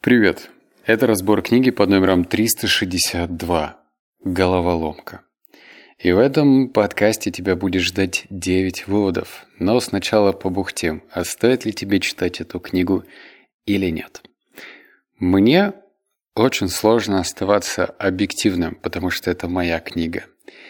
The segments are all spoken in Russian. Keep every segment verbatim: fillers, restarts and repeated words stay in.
Привет! Это разбор книги под номером триста шестьдесят два «Головоломка». И в этом подкасте тебя будет ждать девять выводов. Но сначала побухтим, а стоит ли тебе читать эту книгу или нет. Мне очень сложно оставаться объективным, потому что это моя книга.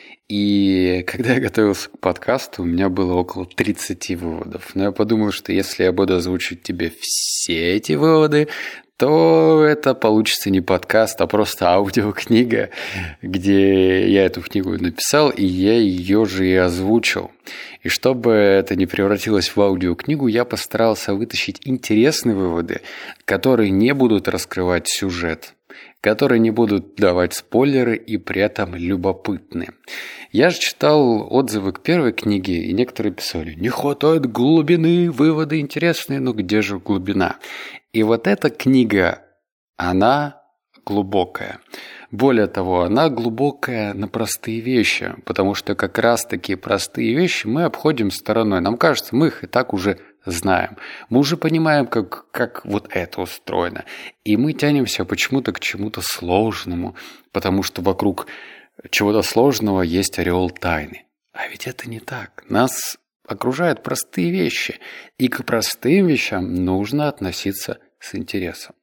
И когда я готовился к подкасту, у меня было около тридцати выводов. Но я подумал, что если я буду озвучивать тебе все эти выводы, то это получится не подкаст, а просто аудиокнига, где я эту книгу написал, и я ее же и озвучил. И чтобы это не превратилось в аудиокнигу, я постарался вытащить интересные выводы, которые не будут раскрывать сюжет, которые не будут давать спойлеры и при этом любопытны. Я же читал отзывы к первой книге, и некоторые писали: «Не хватает глубины, выводы интересные, но где же глубина?» И вот эта книга, она глубокая. Более того, она глубокая на простые вещи, потому что как раз такие простые вещи мы обходим стороной. Нам кажется, мы их и так уже знаем. Мы уже понимаем, как, как вот это устроено. И мы тянемся почему-то к чему-то сложному, потому что вокруг чего-то сложного есть ореол тайны. А ведь это не так. Нас окружают простые вещи. И к простым вещам нужно относиться с интересом.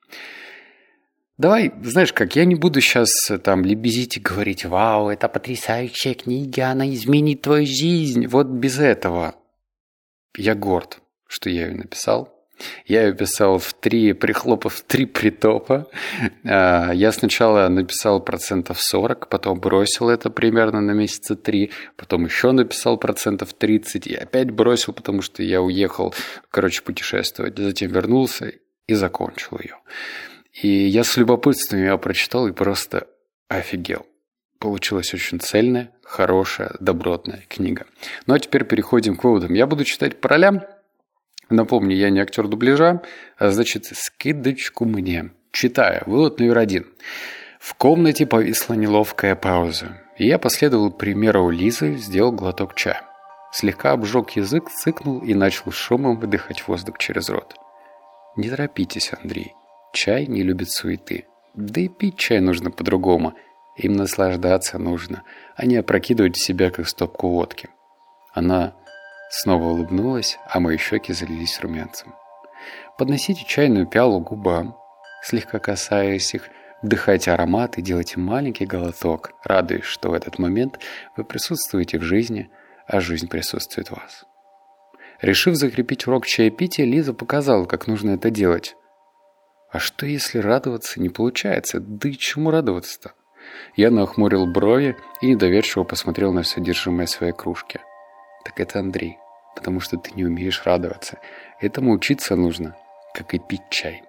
Давай, знаешь как, я не буду сейчас там лебезить и говорить: «Вау, это потрясающая книга, она изменит твою жизнь». Вот без этого. Я горд, что я ее написал. Я ее писал в три прихлопа, в три притопа. Я сначала написал процентов сорок, потом бросил это примерно на месяца три, потом еще написал процентов тридцать и опять бросил, потому что я уехал, короче, путешествовать. Затем вернулся и закончил ее. И я с любопытством ее прочитал и просто офигел. Получилась очень цельная, хорошая, добротная книга. Ну а теперь переходим к выводам. Я буду читать по ролям. Напомню, я не актер дубляжа, а значит, скидочку мне. Читаю. Вывод номер один. В комнате повисла неловкая пауза. И я последовал примеру Лизы, сделал глоток чая. Слегка обжег язык, цыкнул и начал шумом выдыхать воздух через рот. Не торопитесь, Андрей. Чай не любит суеты. Да и пить чай нужно по-другому. Им наслаждаться нужно, а не опрокидывать в себя, как стопку водки. Она снова улыбнулась, а мои щеки залились румянцем. Подносите чайную пиалу к губам, слегка касаясь их, вдыхайте аромат и делайте маленький глоток, радуясь, что в этот момент вы присутствуете в жизни, а жизнь присутствует в вас. Решив закрепить урок чаепития, Лиза показала, как нужно это делать. А что, если радоваться не получается? Да и чему радоваться-то? Я нахмурил брови и недоверчиво посмотрел на содержимое своей кружки. Так это Андрей, потому что ты не умеешь радоваться. Этому учиться нужно, как и пить чай.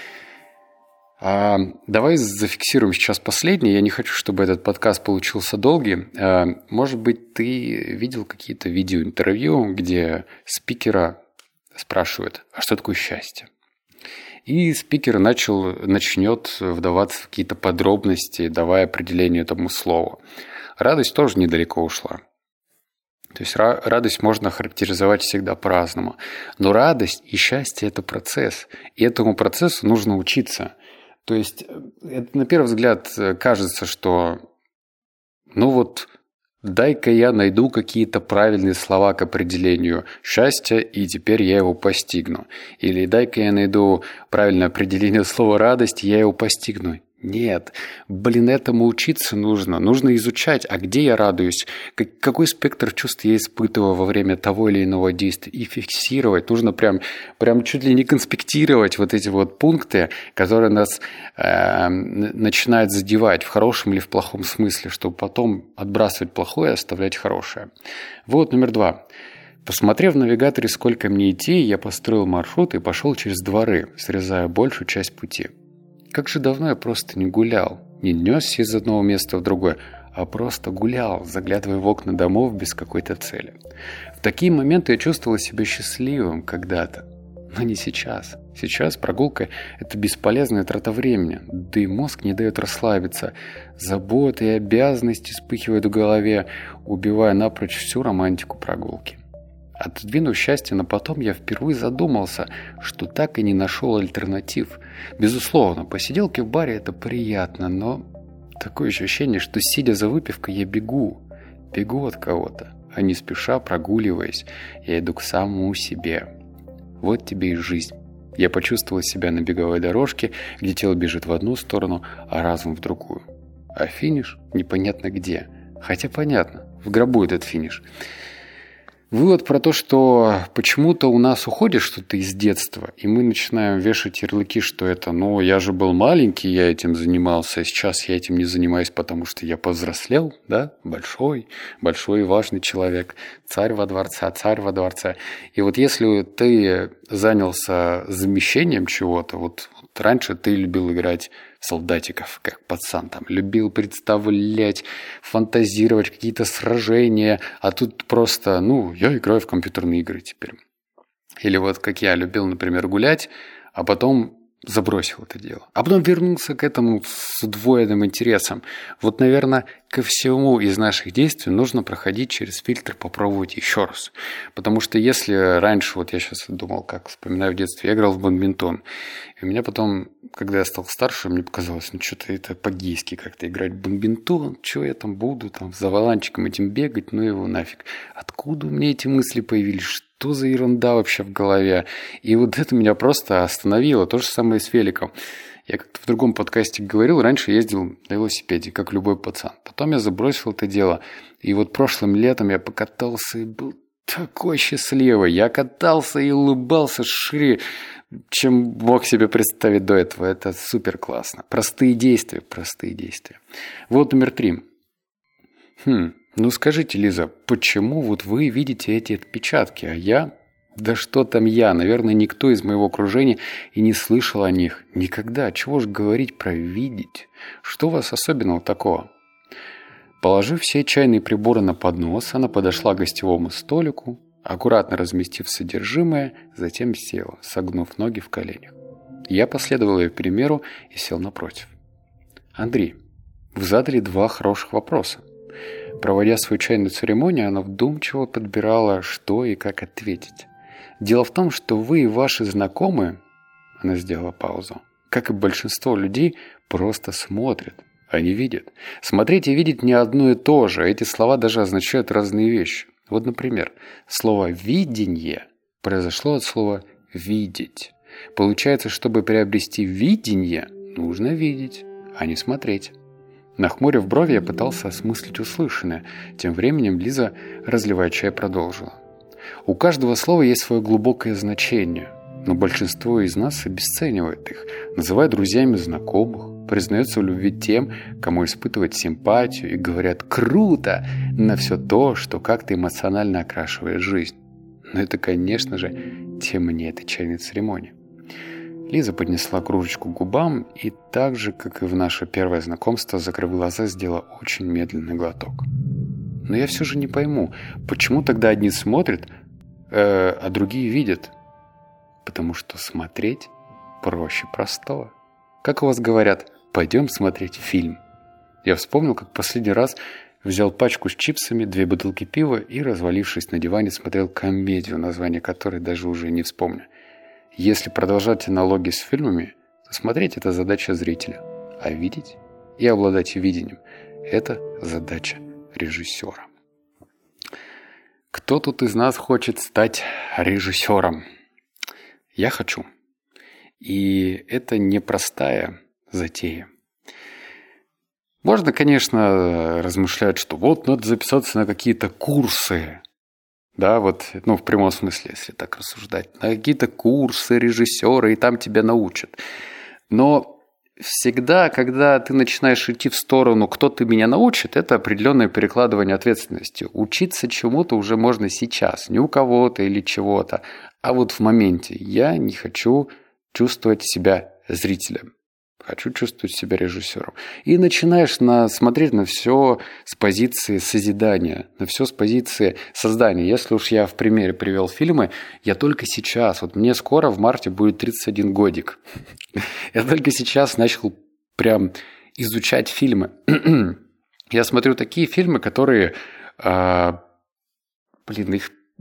А, давай зафиксируем сейчас последнее. Я не хочу, чтобы этот подкаст получился долгий. А, может быть, ты видел какие-то видеоинтервью, где спикера спрашивают: а что такое счастье? И спикер начал, начнет вдаваться в какие-то подробности, давая определение этому слову. Радость тоже недалеко ушла. То есть радость можно характеризовать всегда по-разному. Но радость и счастье – это процесс. И этому процессу нужно учиться. То есть это, на первый взгляд кажется, что ну вот дай-ка я найду какие-то правильные слова к определению счастья, и теперь я его постигну. Или дай-ка я найду правильное определение слова радость, и я его постигну. Нет, блин, этому учиться нужно. Нужно изучать, а где я радуюсь, какой спектр чувств я испытываю во время того или иного действия, и фиксировать. Нужно прям, прям чуть ли не конспектировать вот эти вот пункты, которые нас э, начинают задевать в хорошем или в плохом смысле, чтобы потом отбрасывать плохое и оставлять хорошее. Вывод номер два. Посмотрев в навигаторе, сколько мне идти, я построил маршрут и пошел через дворы, срезая большую часть пути. Как же давно я просто не гулял, не несся из одного места в другое, а просто гулял, заглядывая в окна домов без какой-то цели. В такие моменты я чувствовал себя счастливым когда-то, но не сейчас. Сейчас прогулка – это бесполезная трата времени, да и мозг не дает расслабиться. Заботы и обязанности вспыхивают в голове, убивая напрочь всю романтику прогулки. Отодвинув счастье на потом, я впервые задумался, что так и не нашел альтернатив. Безусловно, посиделки в баре – это приятно, но такое ощущение, что, сидя за выпивкой, я бегу. Бегу от кого-то, а не спеша прогуливаясь, я иду к самому себе. Вот тебе и жизнь. Я почувствовал себя на беговой дорожке, где тело бежит в одну сторону, а разум в другую. А финиш непонятно где. Хотя понятно, в гробу этот финиш. Вывод про то, что почему-то у нас уходит что-то из детства, и мы начинаем вешать ярлыки, что это, ну, я же был маленький, я этим занимался, а сейчас я этим не занимаюсь, потому что я повзрослел, да, большой, большой и важный человек, царь во дворце, царь во дворце. И вот если ты занялся замещением чего-то, вот, вот раньше ты любил играть солдатиков, как пацан, там, любил представлять, фантазировать, какие-то сражения, а тут просто, ну, я играю в компьютерные игры теперь. Или вот как я любил, например, гулять, а потом забросил это дело. А потом вернулся к этому с удвоенным интересом. Вот, наверное, ко всему из наших действий нужно проходить через фильтр, попробовать еще раз. Потому что если раньше, вот я сейчас думал, как вспоминаю в детстве, я играл в бадминтон. И у меня потом, когда я стал старше, мне показалось, ну что-то это по-гейски как-то играть в бадминтон. Чего я там буду, там, за валанчиком этим бегать, ну его нафиг. Откуда у меня эти мысли появились? Что за ерунда вообще в голове? И вот это меня просто остановило. То же самое с великом. Я как-то в другом подкасте говорил, раньше ездил на велосипеде, как любой пацан. Потом я забросил это дело. И вот прошлым летом я покатался и был такой счастливый. Я катался и улыбался шире, чем мог себе представить до этого. Это супер классно. Простые действия, простые действия. Вот номер три. Хм. Ну скажите, Лиза, почему вот вы видите эти отпечатки, а я... Да что там я? Наверное, никто из моего окружения и не слышал о них. Никогда. Чего ж говорить про видеть? Что у вас особенного такого? Положив все чайные приборы на поднос, она подошла к гостевому столику, аккуратно разместив содержимое, затем села, согнув ноги в коленях. Я последовал ее примеру и сел напротив. Андрей, вы задали два хороших вопроса. Проводя свою чайную церемонию, она вдумчиво подбирала, что и как ответить. Дело в том, что вы и ваши знакомые, она сделала паузу, как и большинство людей, просто смотрят, а не видят. Смотреть и видеть не одно и то же. Эти слова даже означают разные вещи. Вот, например, слово «видение» произошло от слова «видеть». Получается, чтобы приобрести видение, нужно видеть, а не смотреть. Нахмурив брови, я пытался осмыслить услышанное. Тем временем Лиза, разливая чай, продолжила. У каждого слова есть свое глубокое значение, но большинство из нас обесценивает их, называя друзьями знакомых, признается в любви тем, кому испытывает симпатию, и говорят «круто» на все то, что как-то эмоционально окрашивает жизнь. Но это, конечно же, тема не этой чайной церемонии. Лиза поднесла кружечку к губам и так же, как и в наше первое знакомство, закрыв глаза, сделала очень медленный глоток. Но я все же не пойму, почему тогда одни смотрят, э, а другие видят? Потому что смотреть проще простого. Как у вас говорят, пойдем смотреть фильм. Я вспомнил, как последний раз взял пачку с чипсами, две бутылки пива и, развалившись на диване, смотрел комедию, название которой даже уже не вспомню. Если продолжать аналогии с фильмами, то смотреть – это задача зрителя, а видеть и обладать видением – это задача режиссера. Кто тут из нас хочет стать режиссером? Я хочу. И это непростая затея. Можно, конечно, размышлять, что вот надо записаться на какие-то курсы. Да, вот, ну, в прямом смысле, если так рассуждать. На какие-то курсы режиссера, и там тебя научат. Но всегда, когда ты начинаешь идти в сторону «кто-то меня научит», это определенное перекладывание ответственности. Учиться чему-то уже можно сейчас, не у кого-то или чего-то, а вот в моменте. Я не хочу чувствовать себя зрителем. Хочу чувствовать себя режиссером. И начинаешь на, смотреть на все с позиции созидания, на все с позиции создания. Если уж я в примере привел фильмы, я только сейчас, вот мне скоро в марте будет тридцать один годик. Я только сейчас начал прям изучать фильмы. Я смотрю такие фильмы, которые, а, блин, их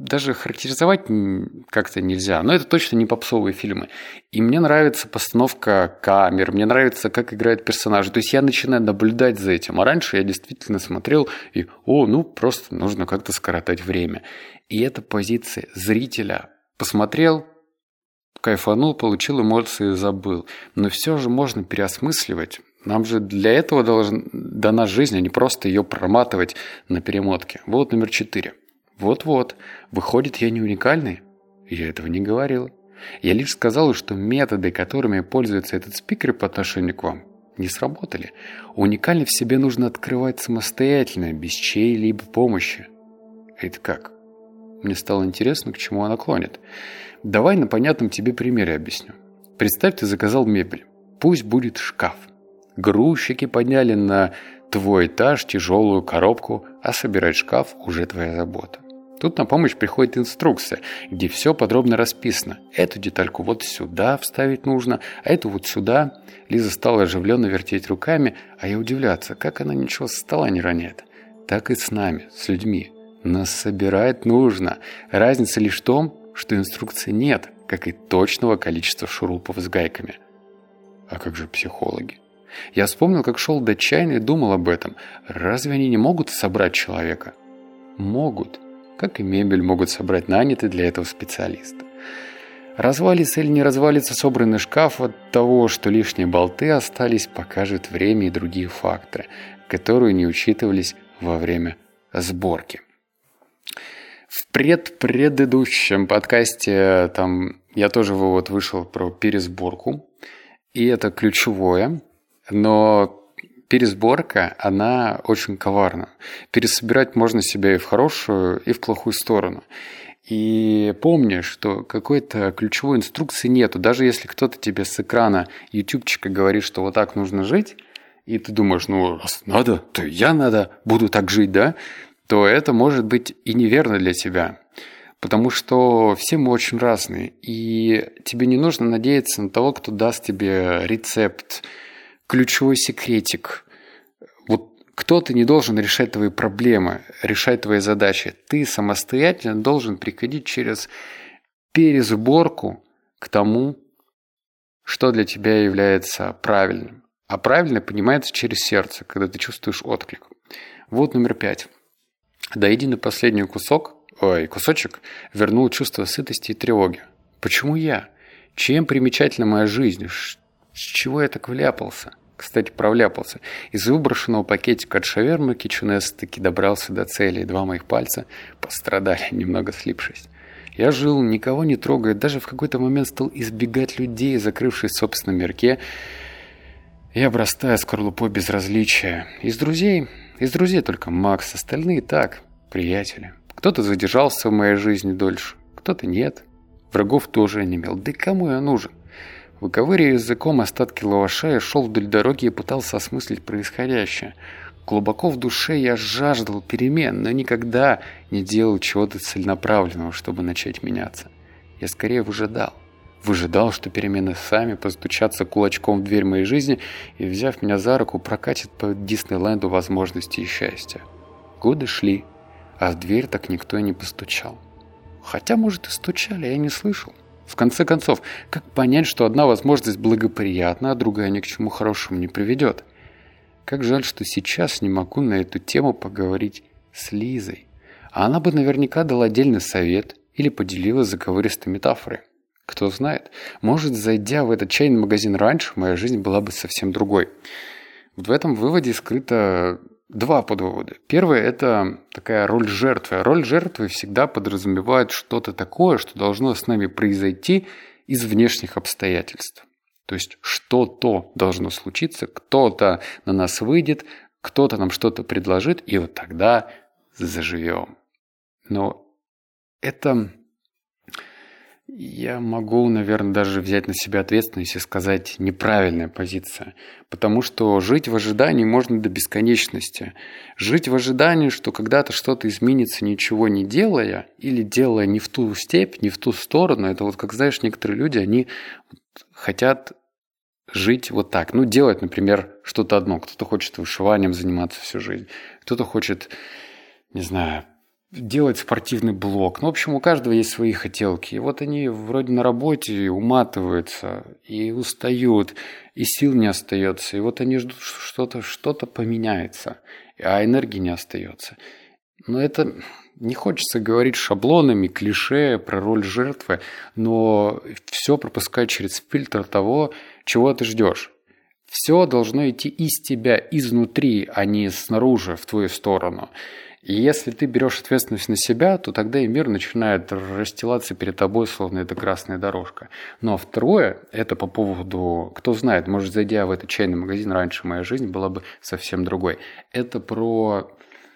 даже характеризовать как-то нельзя, но это точно не попсовые фильмы. И мне нравится постановка камер, мне нравится, как играют персонажи. То есть я начинаю наблюдать за этим. А раньше я действительно смотрел и, о, ну просто нужно как-то скоротать время. И это позиция зрителя. Посмотрел, кайфанул, получил эмоции и забыл. Но все же можно переосмысливать. Нам же для этого должен, дана жизнь, а не просто ее проматывать на перемотке. Вот номер четыре. Вот-вот. Выходит, я не уникальный? Я этого не говорил. Я лишь сказал, что методы, которыми пользуется этот спикер по отношению к вам, не сработали. Уникальность в себе нужно открывать самостоятельно, без чьей-либо помощи. Это как? Мне стало интересно, к чему она клонит. Давай на понятном тебе примере объясню. Представь, ты заказал мебель. Пусть будет шкаф. Грузчики подняли на твой этаж тяжелую коробку, а собирать шкаф уже твоя забота. Тут на помощь приходит инструкция, где все подробно расписано. Эту детальку вот сюда вставить нужно, а эту вот сюда. Лиза стала оживленно вертеть руками, а я удивляться, как она ничего со стола не роняет. Так и с нами, с людьми. Нас собирать нужно. Разница лишь в том, что инструкции нет, как и точного количества шурупов с гайками. А как же психологи? Я вспомнил, как шел до чайной и думал об этом. Разве они не могут собрать человека? Могут. Как и мебель могут собрать нанятые для этого специалисты. Развалится или не развалится собранный шкаф от того, что лишние болты остались, покажет время и другие факторы, которые не учитывались во время сборки. В предпредыдущем подкасте там я тоже вывод вышел про пересборку. И это ключевое. Но пересборка, она очень коварна. Пересобирать можно себя и в хорошую, и в плохую сторону. И помни, что какой-то ключевой инструкции нету. Даже если кто-то тебе с экрана ютубчика говорит, что вот так нужно жить, и ты думаешь, ну, раз надо, то я надо, буду так жить, да? То это может быть и неверно для тебя. Потому что все мы очень разные. И тебе не нужно надеяться на того, кто даст тебе рецепт, ключевой секретик. Вот кто-то не должен решать твои проблемы, решать твои задачи. Ты самостоятельно должен приходить через пересборку к тому, что для тебя является правильным. А правильно понимается через сердце, когда ты чувствуешь отклик. Вот номер пять. Доеди на последний кусок, ой, кусочек, вернул чувство сытости и тревоги. Почему я? Чем примечательна моя жизнь? С чего я так вляпался? Кстати, провляпался. Из выброшенного пакетика от шавермы Кичунес таки добрался до цели, и два моих пальца пострадали, немного слипшись. Я жил, никого не трогая, даже в какой-то момент стал избегать людей, закрывшись в собственном мирке, и обрастая скорлупой безразличия. Из друзей, из друзей только Макс, остальные так, приятели. Кто-то задержался в моей жизни дольше, кто-то нет. Врагов тоже я не имел. Да и кому я нужен? Выковыривая языком остатки лаваша, я шел вдоль дороги и пытался осмыслить происходящее. Глубоко в душе я жаждал перемен, но никогда не делал чего-то целенаправленного, чтобы начать меняться. Я скорее выжидал. Выжидал, что перемены сами постучатся кулачком в дверь моей жизни и, взяв меня за руку, прокатят по Диснейленду возможности и счастья. Годы шли, а в дверь так никто и не постучал. Хотя, может, и стучали, я не слышал. В конце концов, как понять, что одна возможность благоприятна, а другая ни к чему хорошему не приведет? Как жаль, что сейчас не могу на эту тему поговорить с Лизой. А она бы наверняка дала отдельный совет или поделилась заковыристой метафорой. Кто знает, может, зайдя в этот чайный магазин раньше, моя жизнь была бы совсем другой. Вот в этом выводе скрыто два подвывода. Первый – это такая роль жертвы. Роль жертвы всегда подразумевает что-то такое, что должно с нами произойти из внешних обстоятельств. То есть что-то должно случиться, кто-то на нас выйдет, кто-то нам что-то предложит, и вот тогда заживем. Но это... Я могу, наверное, даже взять на себя ответственность и сказать неправильная позиция. Потому что жить в ожидании можно до бесконечности. Жить в ожидании, что когда-то что-то изменится, ничего не делая, или делая не в ту степь, не в ту сторону. Это вот, как знаешь, некоторые люди, они хотят жить вот так. Ну, делать, например, что-то одно. Кто-то хочет вышиванием заниматься всю жизнь. Кто-то хочет, не знаю, делать спортивный блок. Ну, в общем, у каждого есть свои хотелки. И вот они вроде на работе уматываются и устают, и сил не остается. И вот они ждут, что что-то, что-то поменяется, а энергии не остается. Но это не хочется говорить шаблонами, клише про роль жертвы, но все пропускать через фильтр того, чего ты ждешь. Все должно идти из тебя, изнутри, а не снаружи, в твою сторону. И если ты берешь ответственность на себя, то тогда и мир начинает расстилаться перед тобой, словно это красная дорожка. Ну а второе, это по поводу, кто знает, может, зайдя в этот чайный магазин раньше, моя жизнь была бы совсем другой. Это про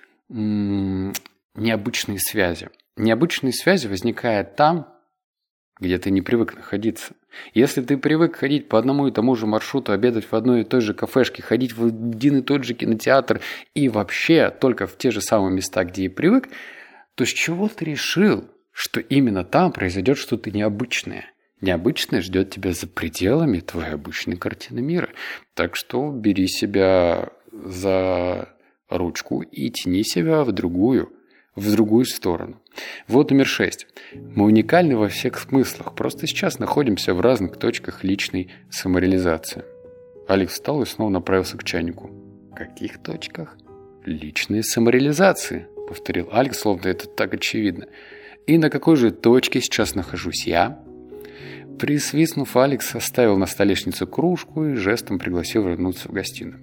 м- необычные связи. Необычные связи возникают там, где ты не привык находиться. Если ты привык ходить по одному и тому же маршруту, обедать в одной и той же кафешке, ходить в один и тот же кинотеатр и вообще только в те же самые места, где и привык, то с чего ты решил, что именно там произойдет что-то необычное? Необычное ждет тебя за пределами твоей обычной картины мира. Так что бери себя за ручку и тяни себя в другую, в другую сторону. Вот номер шесть. Мы уникальны во всех смыслах, просто сейчас находимся в разных точках личной самореализации. Алекс встал и снова направился к чайнику. В каких точках? Личной самореализации, повторил Алекс, словно это так очевидно. И на какой же точке сейчас нахожусь я? Присвистнув, Алекс оставил на столешнице кружку и жестом пригласил вернуться в гостиную.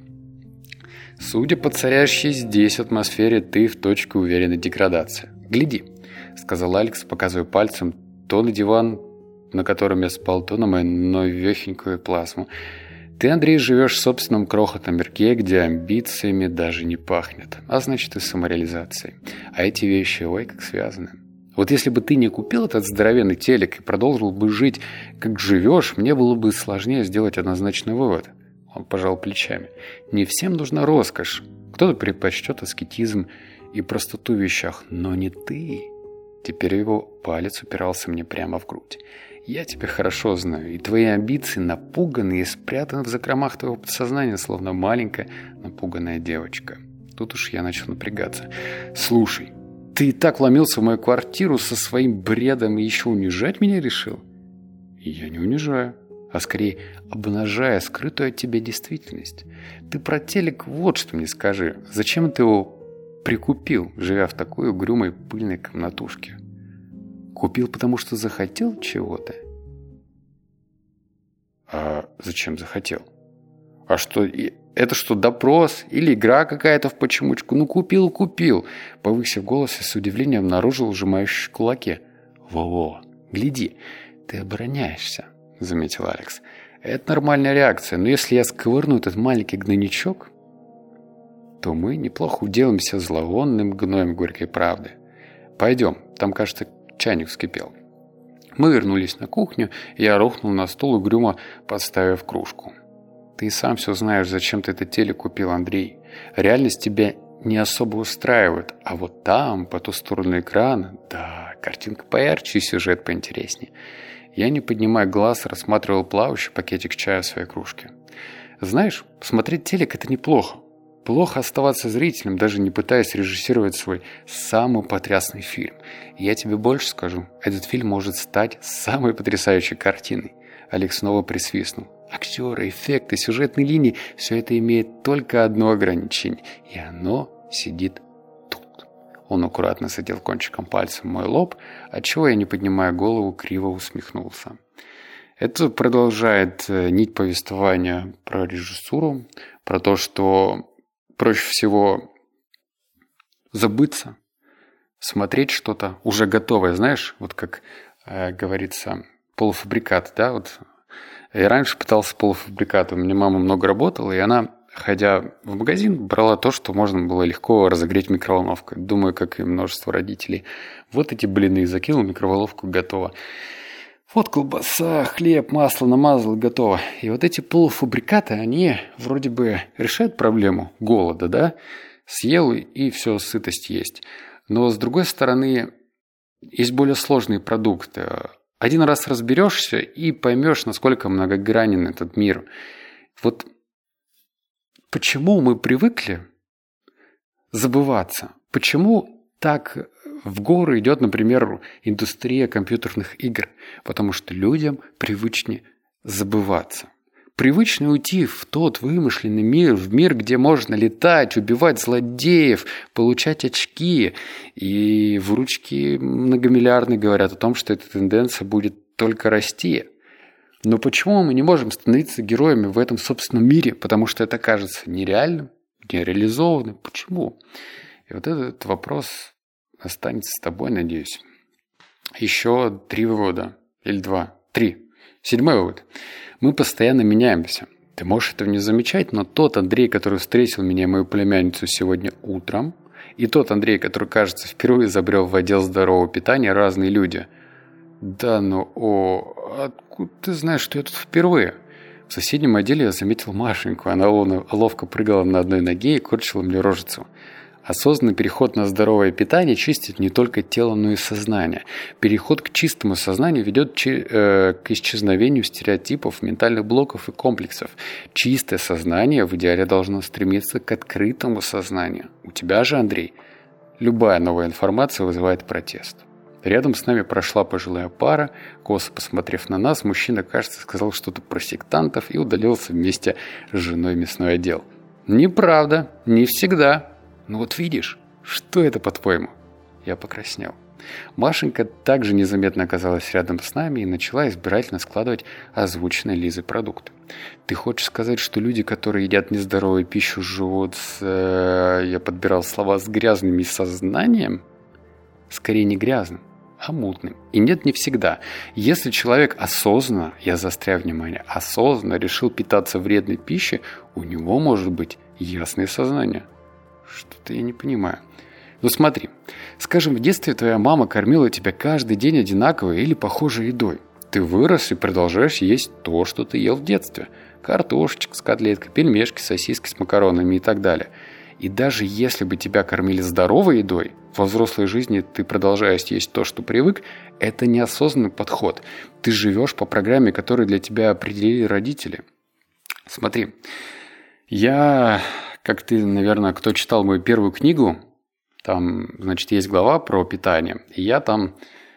Судя по царящей здесь атмосфере, ты в точке уверенной деградации. Гляди, сказал Алекс, показывая пальцем то на диван, на котором я спал, то на мою новехенькую плазму. Ты, Андрей, живешь в собственном крохотном мирке, где амбициями даже не пахнет, а значит и самореализацией. А эти вещи, ой, как связаны. Вот если бы ты не купил этот здоровенный телек и продолжил бы жить, как живешь, мне было бы сложнее сделать однозначный вывод. Он пожал плечами. Не всем нужна роскошь. Кто-то предпочтет аскетизм и простоту в вещах, но не ты. Теперь его палец упирался мне прямо в грудь. Я тебя хорошо знаю, и твои амбиции напуганы и спрятаны в закромах твоего подсознания, словно маленькая напуганная девочка. Тут уж я начал напрягаться. Слушай, ты и так вломился в мою квартиру со своим бредом и еще унижать меня решил? Я не унижаю, а скорее обнажая скрытую от тебя действительность. Ты про телек вот что мне скажи. Зачем ты его прикупил, живя в такой угрюмой пыльной комнатушке? Купил, потому что захотел чего-то? А зачем захотел? А что, это что, допрос или игра какая-то в почемучку? Ну, купил, купил. Повысив голос, и с удивлением обнаружил сжимающий кулаки. Во-во, гляди, ты обороняешься, заметил Алекс. Это нормальная реакция, но если я сковырну этот маленький гнойничок, то мы неплохо уделаемся зловонным гноем горькой правды. Пойдем, там, кажется, чайник вскипел. Мы вернулись на кухню, и я рухнул на стул, угрюмо подставив кружку. Ты сам все знаешь, зачем ты этот телек купил, Андрей. Реальность тебя не особо устраивает, а вот там, по ту сторону экрана, да, картинка поярче и сюжет поинтереснее. Я, не поднимая глаз, рассматривал плавающий пакетик чая в своей кружке. Знаешь, смотреть телек – это неплохо. Плохо оставаться зрителем, даже не пытаясь режиссировать свой самый потрясный фильм. И я тебе больше скажу, этот фильм может стать самой потрясающей картиной. Алекс снова присвистнул. Актеры, эффекты, сюжетные линии – все это имеет только одно ограничение. И оно сидит тут. Он аккуратно задел кончиком пальца мой лоб, отчего я, не поднимая голову, криво усмехнулся. Это продолжает нить повествования про режиссуру, про то, что проще всего забыться, смотреть что-то уже готовое, знаешь, вот как э, говорится, полуфабрикат, да, вот. Я раньше пытался полуфабрикат, у меня мама много работала, и она, ходя в магазин, брала то, что можно было легко разогреть в микроволновке. Думаю, как и множество родителей. Вот эти блины закинул в микроволновку, готово. Вот колбаса, хлеб, масло намазал, готово. И вот эти полуфабрикаты, они вроде бы решают проблему голода, да? Съел и все, сытость есть. Но с другой стороны, есть более сложные продукты. Один раз разберешься и поймешь, насколько многогранен этот мир. Вот почему мы привыкли забываться? Почему так в гору идет, например, индустрия компьютерных игр, потому что людям привычнее забываться. Привычно уйти в тот вымышленный мир, в мир, где можно летать, убивать злодеев, получать очки. И выручки многомиллиардные говорят о том, что эта тенденция будет только расти. Но почему мы не можем становиться героями в этом собственном мире? Потому что это кажется нереальным, нереализованным. Почему? И вот этот вопрос останется с тобой, надеюсь. Еще три вывода. Или два. Три. Седьмой вывод. Мы постоянно меняемся. Ты можешь этого не замечать, но тот Андрей, который встретил меня и мою племянницу сегодня утром, и тот Андрей, который, кажется, впервые забрел в отдел здорового питания, разные люди. Да ну, о, откуда ты знаешь, что я тут впервые? В соседнем отделе я заметил Машеньку. Она ловко прыгала на одной ноге и корчила мне рожицу. Осознанный переход на здоровое питание чистит не только тело, но и сознание. Переход к чистому сознанию ведет к исчезновению стереотипов, ментальных блоков и комплексов. Чистое сознание в идеале должно стремиться к открытому сознанию. У тебя же, Андрей, любая новая информация вызывает протест. Рядом с нами прошла пожилая пара. Косо посмотрев на нас, мужчина, кажется, сказал что-то про сектантов и удалился вместе с женой в мясной отдел. Неправда, не всегда. Ну вот видишь, что это, по-твоему? Я покраснел. Машенька также незаметно оказалась рядом с нами и начала избирательно складывать озвученные Лизой продукты. Ты хочешь сказать, что люди, которые едят нездоровую пищу, живут с... Э, я подбирал слова с грязным сознанием? Скорее не грязным, а мутным. И нет, не всегда. Если человек осознанно, я заостряю внимание, осознанно решил питаться вредной пищей, у него может быть ясное сознание. Что-то я не понимаю. Ну смотри, скажем, в детстве твоя мама кормила тебя каждый день одинаковой или похожей едой. Ты вырос и продолжаешь есть то, что ты ел в детстве. Картошечка с котлеткой, пельмешки, сосиски с макаронами и так далее. И даже если бы тебя кормили здоровой едой, во взрослой жизни ты продолжаешь есть то, что привык, это неосознанный подход. Ты живешь по программе, которую для тебя определили родители. Смотри, я... Как ты, наверное, кто читал мою первую книгу, там, значит, есть глава про питание. И я там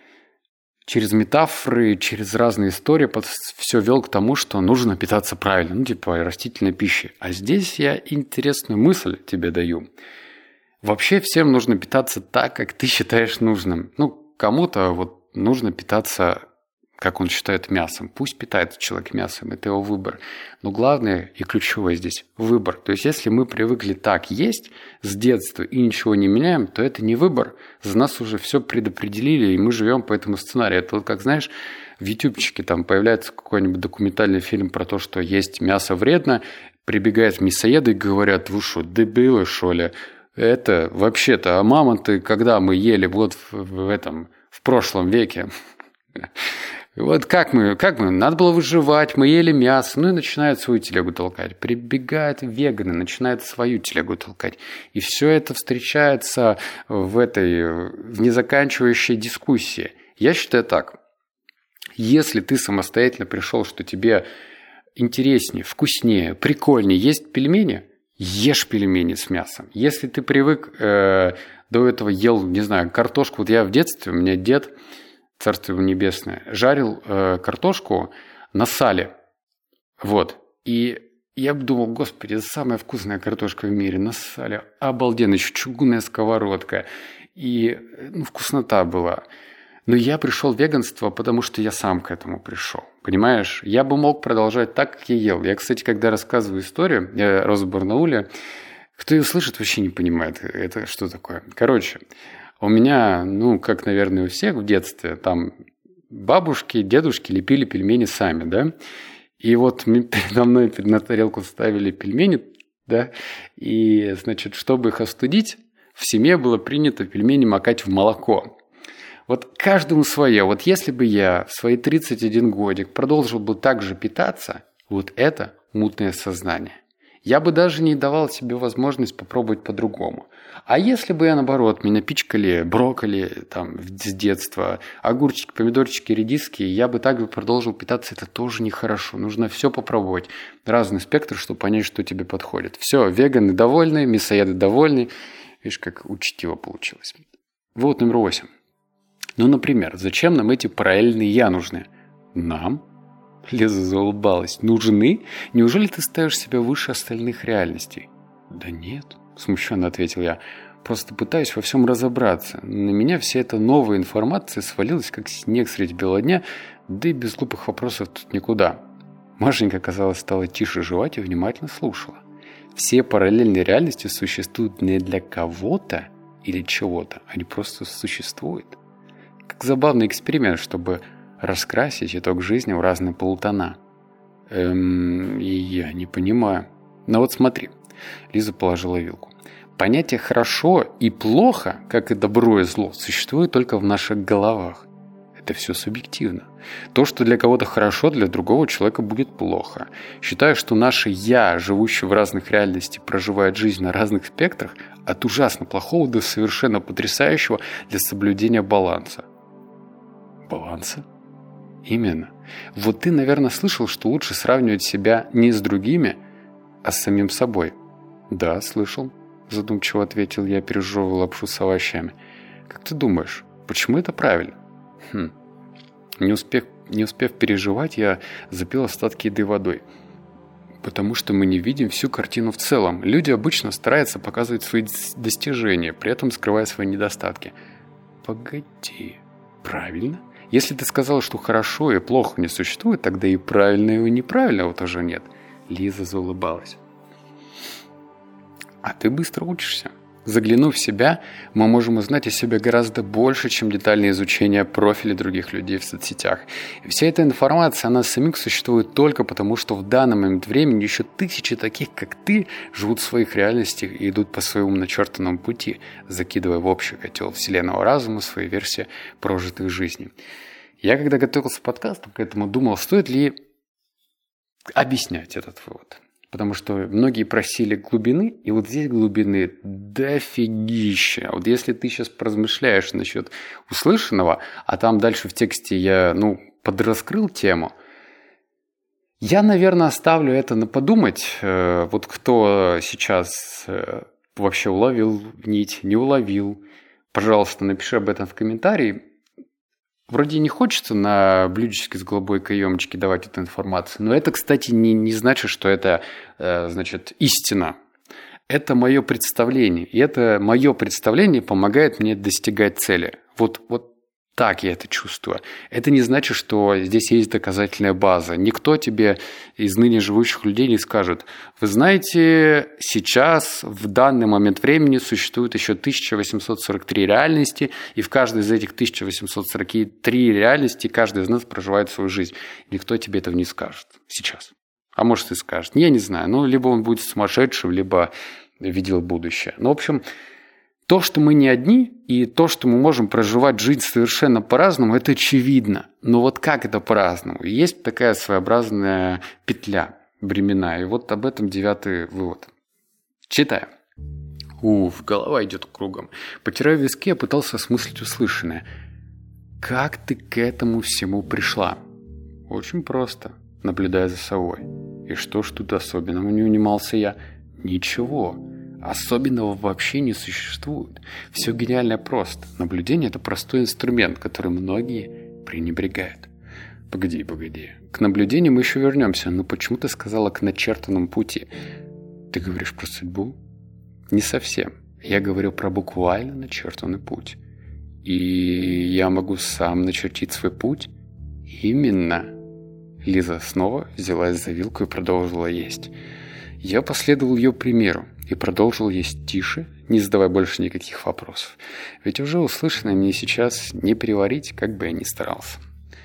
через метафоры, через разные истории все вел к тому, что нужно питаться правильно, ну, типа растительной пищи. А здесь я интересную мысль тебе даю. Вообще всем нужно питаться так, как ты считаешь нужным. Ну, кому-то вот нужно питаться, как он считает, мясом. Пусть питается человек мясом, это его выбор. Но главное и ключевое здесь – выбор. То есть, если мы привыкли так есть с детства и ничего не меняем, то это не выбор. За нас уже все предопределили, и мы живем по этому сценарию. Это вот как, знаешь, в ютубчике там появляется какой-нибудь документальный фильм про то, что есть мясо вредно, прибегают мясоеды и говорят: вы что, дебилы, что ли? Это вообще-то, а мамонты, когда мы ели вот в, в этом, в прошлом веке... Вот как мы, как мы, надо было выживать, мы ели мясо, ну и начинают свою телегу толкать. Прибегают веганы, начинают свою телегу толкать. И все это встречается в этой в незаканчивающей дискуссии. Я считаю так. Если ты самостоятельно пришел, что тебе интереснее, вкуснее, прикольнее есть пельмени, ешь пельмени с мясом. Если ты привык, э, до этого ел, не знаю, картошку. Вот я в детстве, у меня дед... Царство его небесное, жарил э, картошку на сале. Вот. И я бы думал: господи, это самая вкусная картошка в мире на сале. Обалденно, еще чугунная сковородка. И ну, вкуснота была. Но я пришел в веганство, потому что я сам к этому пришел. Понимаешь? Я бы мог продолжать так, как я ел. Я, кстати, когда рассказываю историю, я рос в Барнауле, кто ее слышит, вообще не понимает, это что такое. Короче... У меня, ну, как, наверное, у всех в детстве, там бабушки, дедушки лепили пельмени сами, да. И вот передо мной на тарелку ставили пельмени, да. И, значит, чтобы их остудить, в семье было принято пельмени макать в молоко. Вот каждому свое. Вот если бы я в свои тридцать один годик продолжил бы так же питаться, вот это мутное сознание. Я бы даже не давал себе возможность попробовать по-другому. А если бы я, наоборот, меня пичкали брокколи там, с детства, огурчики, помидорчики, редиски, я бы так бы продолжил питаться, это тоже нехорошо. Нужно все попробовать. Разный спектр, чтобы понять, что тебе подходит. Все, веганы довольны, мясоеды довольны. Видишь, как учтиво получилось. Вывод номер восемь. Ну, например, зачем нам эти параллельные «я» нужны? Нам? Лиза заулыбалась. Нужны? Неужели ты ставишь себя выше остальных реальностей? Да нет, смущенно ответил я. Просто пытаюсь во всем разобраться. На меня вся эта новая информация свалилась, как снег средь бела дня, да и без глупых вопросов тут никуда. Машенька, казалось, стала тише жевать и внимательно слушала. Все параллельные реальности существуют не для кого-то или чего-то, они просто существуют. Как забавный эксперимент, чтобы раскрасить итог жизни в разные полутона. Эм, я не понимаю. Но вот смотри. Лиза положила вилку. Понятие «хорошо» и «плохо», как и «добро» и «зло», существует только в наших головах. Это все субъективно. То, что для кого-то хорошо, для другого человека будет плохо. Считаю, что наше «я», живущее в разных реальностях, проживает жизнь на разных спектрах, от ужасно плохого до совершенно потрясающего для соблюдения баланса. Баланса? Именно. Вот ты, наверное, слышал, что лучше сравнивать себя не с другими, а с самим собой. Да, слышал, задумчиво ответил я, пережевывая лапшу с овощами. Как ты думаешь, почему это правильно? Хм. Не успев, не успев переживать, я запил остатки еды водой. Потому что мы не видим всю картину в целом. Люди обычно стараются показывать свои достижения, при этом скрывая свои недостатки. Погоди, правильно? Если ты сказал, что хорошо и плохо не существует, тогда и правильного, и неправильного тоже нет. Лиза заулыбалась. А ты быстро учишься. Заглянув в себя, мы можем узнать о себе гораздо больше, чем детальное изучение профилей других людей в соцсетях. И вся эта информация о нас самих существует только потому, что в данный момент времени еще тысячи таких, как ты, живут в своих реальностях и идут по своему начертанному пути, закидывая в общий котел вселенного разума свои версии прожитых жизней. Я, когда готовился к подкасту, к этому думал, стоит ли объяснять этот вывод. Потому что многие просили глубины, и вот здесь глубины дофигища. Вот если ты сейчас поразмышляешь насчет услышанного, а там дальше в тексте я, ну, подраскрыл тему, я, наверное, оставлю это на подумать. Вот кто сейчас вообще уловил нить, не уловил, пожалуйста, напиши об этом в комментарии. Вроде не хочется на блюдечке с голубой каемочки давать эту информацию, но это, кстати, не, не значит, что это, э, значит, истина. Это мое представление, и это мое представление помогает мне достигать цели. Вот, вот так я это чувствую. Это не значит, что здесь есть доказательная база. Никто тебе из ныне живущих людей не скажет: вы знаете, сейчас, в данный момент времени существует еще тысяча восемьсот сорок три реальности, и в каждой из этих тысяча восемьсот сорок три реальности каждый из нас проживает свою жизнь. Никто тебе этого не скажет сейчас. А может и скажет. Я не знаю. Ну, либо он будет сумасшедшим, либо видел будущее. Ну, в общем, то, что мы не одни, и то, что мы можем проживать жизнь совершенно по-разному, это очевидно. Но вот как это по-разному? Есть такая своеобразная петля временная. И вот об этом девятый вывод. Читаем. Уф, голова идет кругом. Потирая виски, я пытался осмыслить услышанное. Как ты к этому всему пришла? Очень просто, наблюдая за совой. И что ж тут особенного, не унимался я? Ничего. Особенного вообще не существует. Все гениально просто. Наблюдение – это простой инструмент, который многие пренебрегают. Погоди, погоди. К наблюдению мы еще вернемся, но почему ты сказала «к начертанному пути»? Ты говоришь про судьбу? Не совсем. Я говорю про буквально начертанный путь. И я могу сам начертить свой путь? Именно. Лиза снова взялась за вилку и продолжила есть. Я последовал ее примеру и продолжил есть тише, не задавая больше никаких вопросов. Ведь уже услышанное мне сейчас не переварить, как бы я ни старался.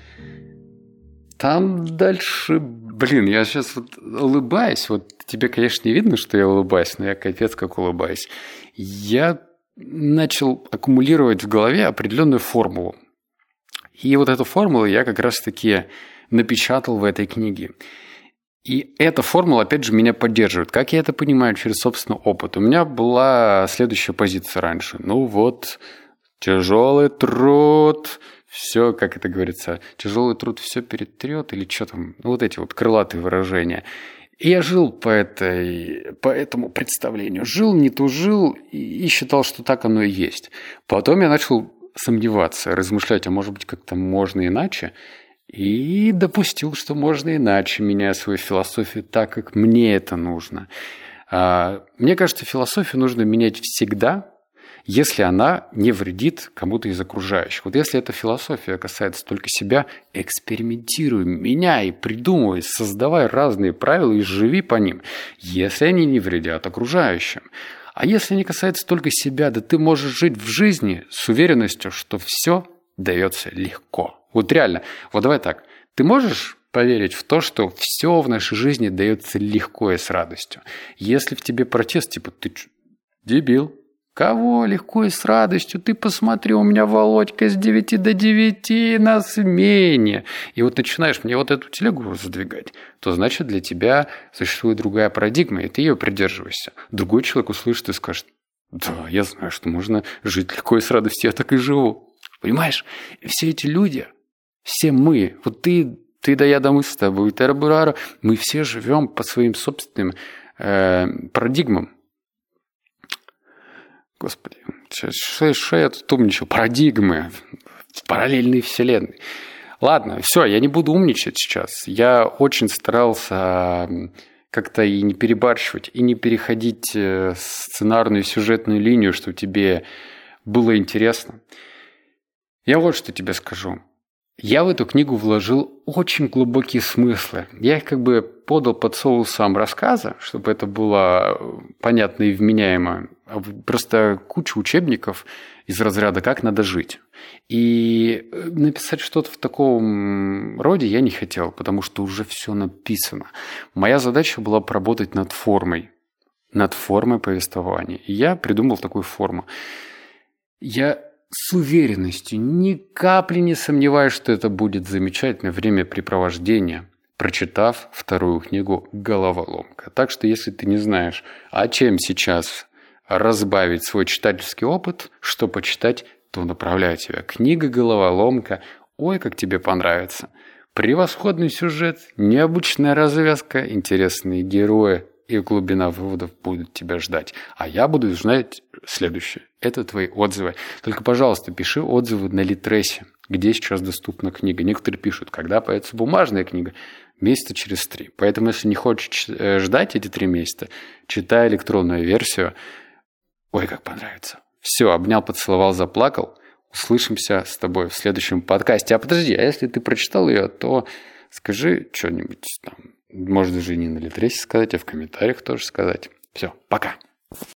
Там дальше... Блин, я сейчас вот улыбаюсь. Вот тебе, конечно, не видно, что я улыбаюсь, но я капец как улыбаюсь. Я начал аккумулировать в голове определенную формулу. И вот эту формулу я как раз-таки напечатал в этой книге. И эта формула, опять же, меня поддерживает. Как я это понимаю через собственный опыт? У меня была следующая позиция раньше. Ну вот, тяжелый труд, все, как это говорится, тяжелый труд все перетрет или что там, ну вот эти вот крылатые выражения. И я жил по, этой, по этому представлению. Жил, не тужил и считал, что так оно и есть. Потом я начал сомневаться, размышлять, а может быть как-то можно иначе. И допустил, что можно иначе, меняя свою философию так, как мне это нужно. Мне кажется, философию нужно менять всегда, если она не вредит кому-то из окружающих. Вот если эта философия касается только себя, экспериментируй, меняй, придумывай, создавай разные правила и живи по ним, если они не вредят окружающим. А если они касаются только себя, да ты можешь жить в жизни с уверенностью, что все дается легко. Вот реально, вот давай так, ты можешь поверить в то, что все в нашей жизни дается легко и с радостью? Если в тебе протест, типа, ты ч... дебил. Кого легко и с радостью? Ты посмотри, у меня Володька с девяти до девяти на смене. И вот начинаешь мне вот эту телегу задвигать, то значит для тебя существует другая парадигма, и ты ее придерживаешься. Другой человек услышит и скажет: да, я знаю, что можно жить легко и с радостью, я так и живу. Понимаешь? И все эти люди, все мы, вот ты, ты да я да мы с тобой, Тарабурара, мы все живем по своим собственным э, парадигмам. Господи, что, что я тут умничал? Парадигмы, параллельные вселенные. Ладно, все, я не буду умничать сейчас. Я очень старался как-то и не перебарщивать, и не переходить сценарную сюжетную линию, чтобы тебе было интересно. Я вот что тебе скажу. Я в эту книгу вложил очень глубокие смыслы. Я их как бы подал под соусом рассказа, чтобы это было понятно и вменяемо. Просто куча учебников из разряда «Как надо жить». И написать что-то в таком роде я не хотел, потому что уже все написано. Моя задача была поработать над формой, над формой повествования. И я придумал такую форму. Я с уверенностью, ни капли не сомневаюсь, что это будет замечательное времяпрепровождение, прочитав вторую книгу «Головоломка». Так что, если ты не знаешь, а чем сейчас разбавить свой читательский опыт, что почитать, то направляю тебя. Книга «Головоломка». Ой, как тебе понравится. Превосходный сюжет, необычная развязка, интересные герои и глубина выводов будут тебя ждать. А я буду знать следующее. Это твои отзывы. Только, пожалуйста, пиши отзывы на Литресе, где сейчас доступна книга. Некоторые пишут, когда появится бумажная книга, месяца через три. Поэтому, если не хочешь ждать эти три месяца, читай электронную версию. Ой, как понравится. Все, обнял, поцеловал, заплакал. Услышимся с тобой в следующем подкасте. А подожди, а если ты прочитал ее, то скажи что-нибудь там. Может, даже не на Литресе сказать, а в комментариях тоже сказать. Все, пока.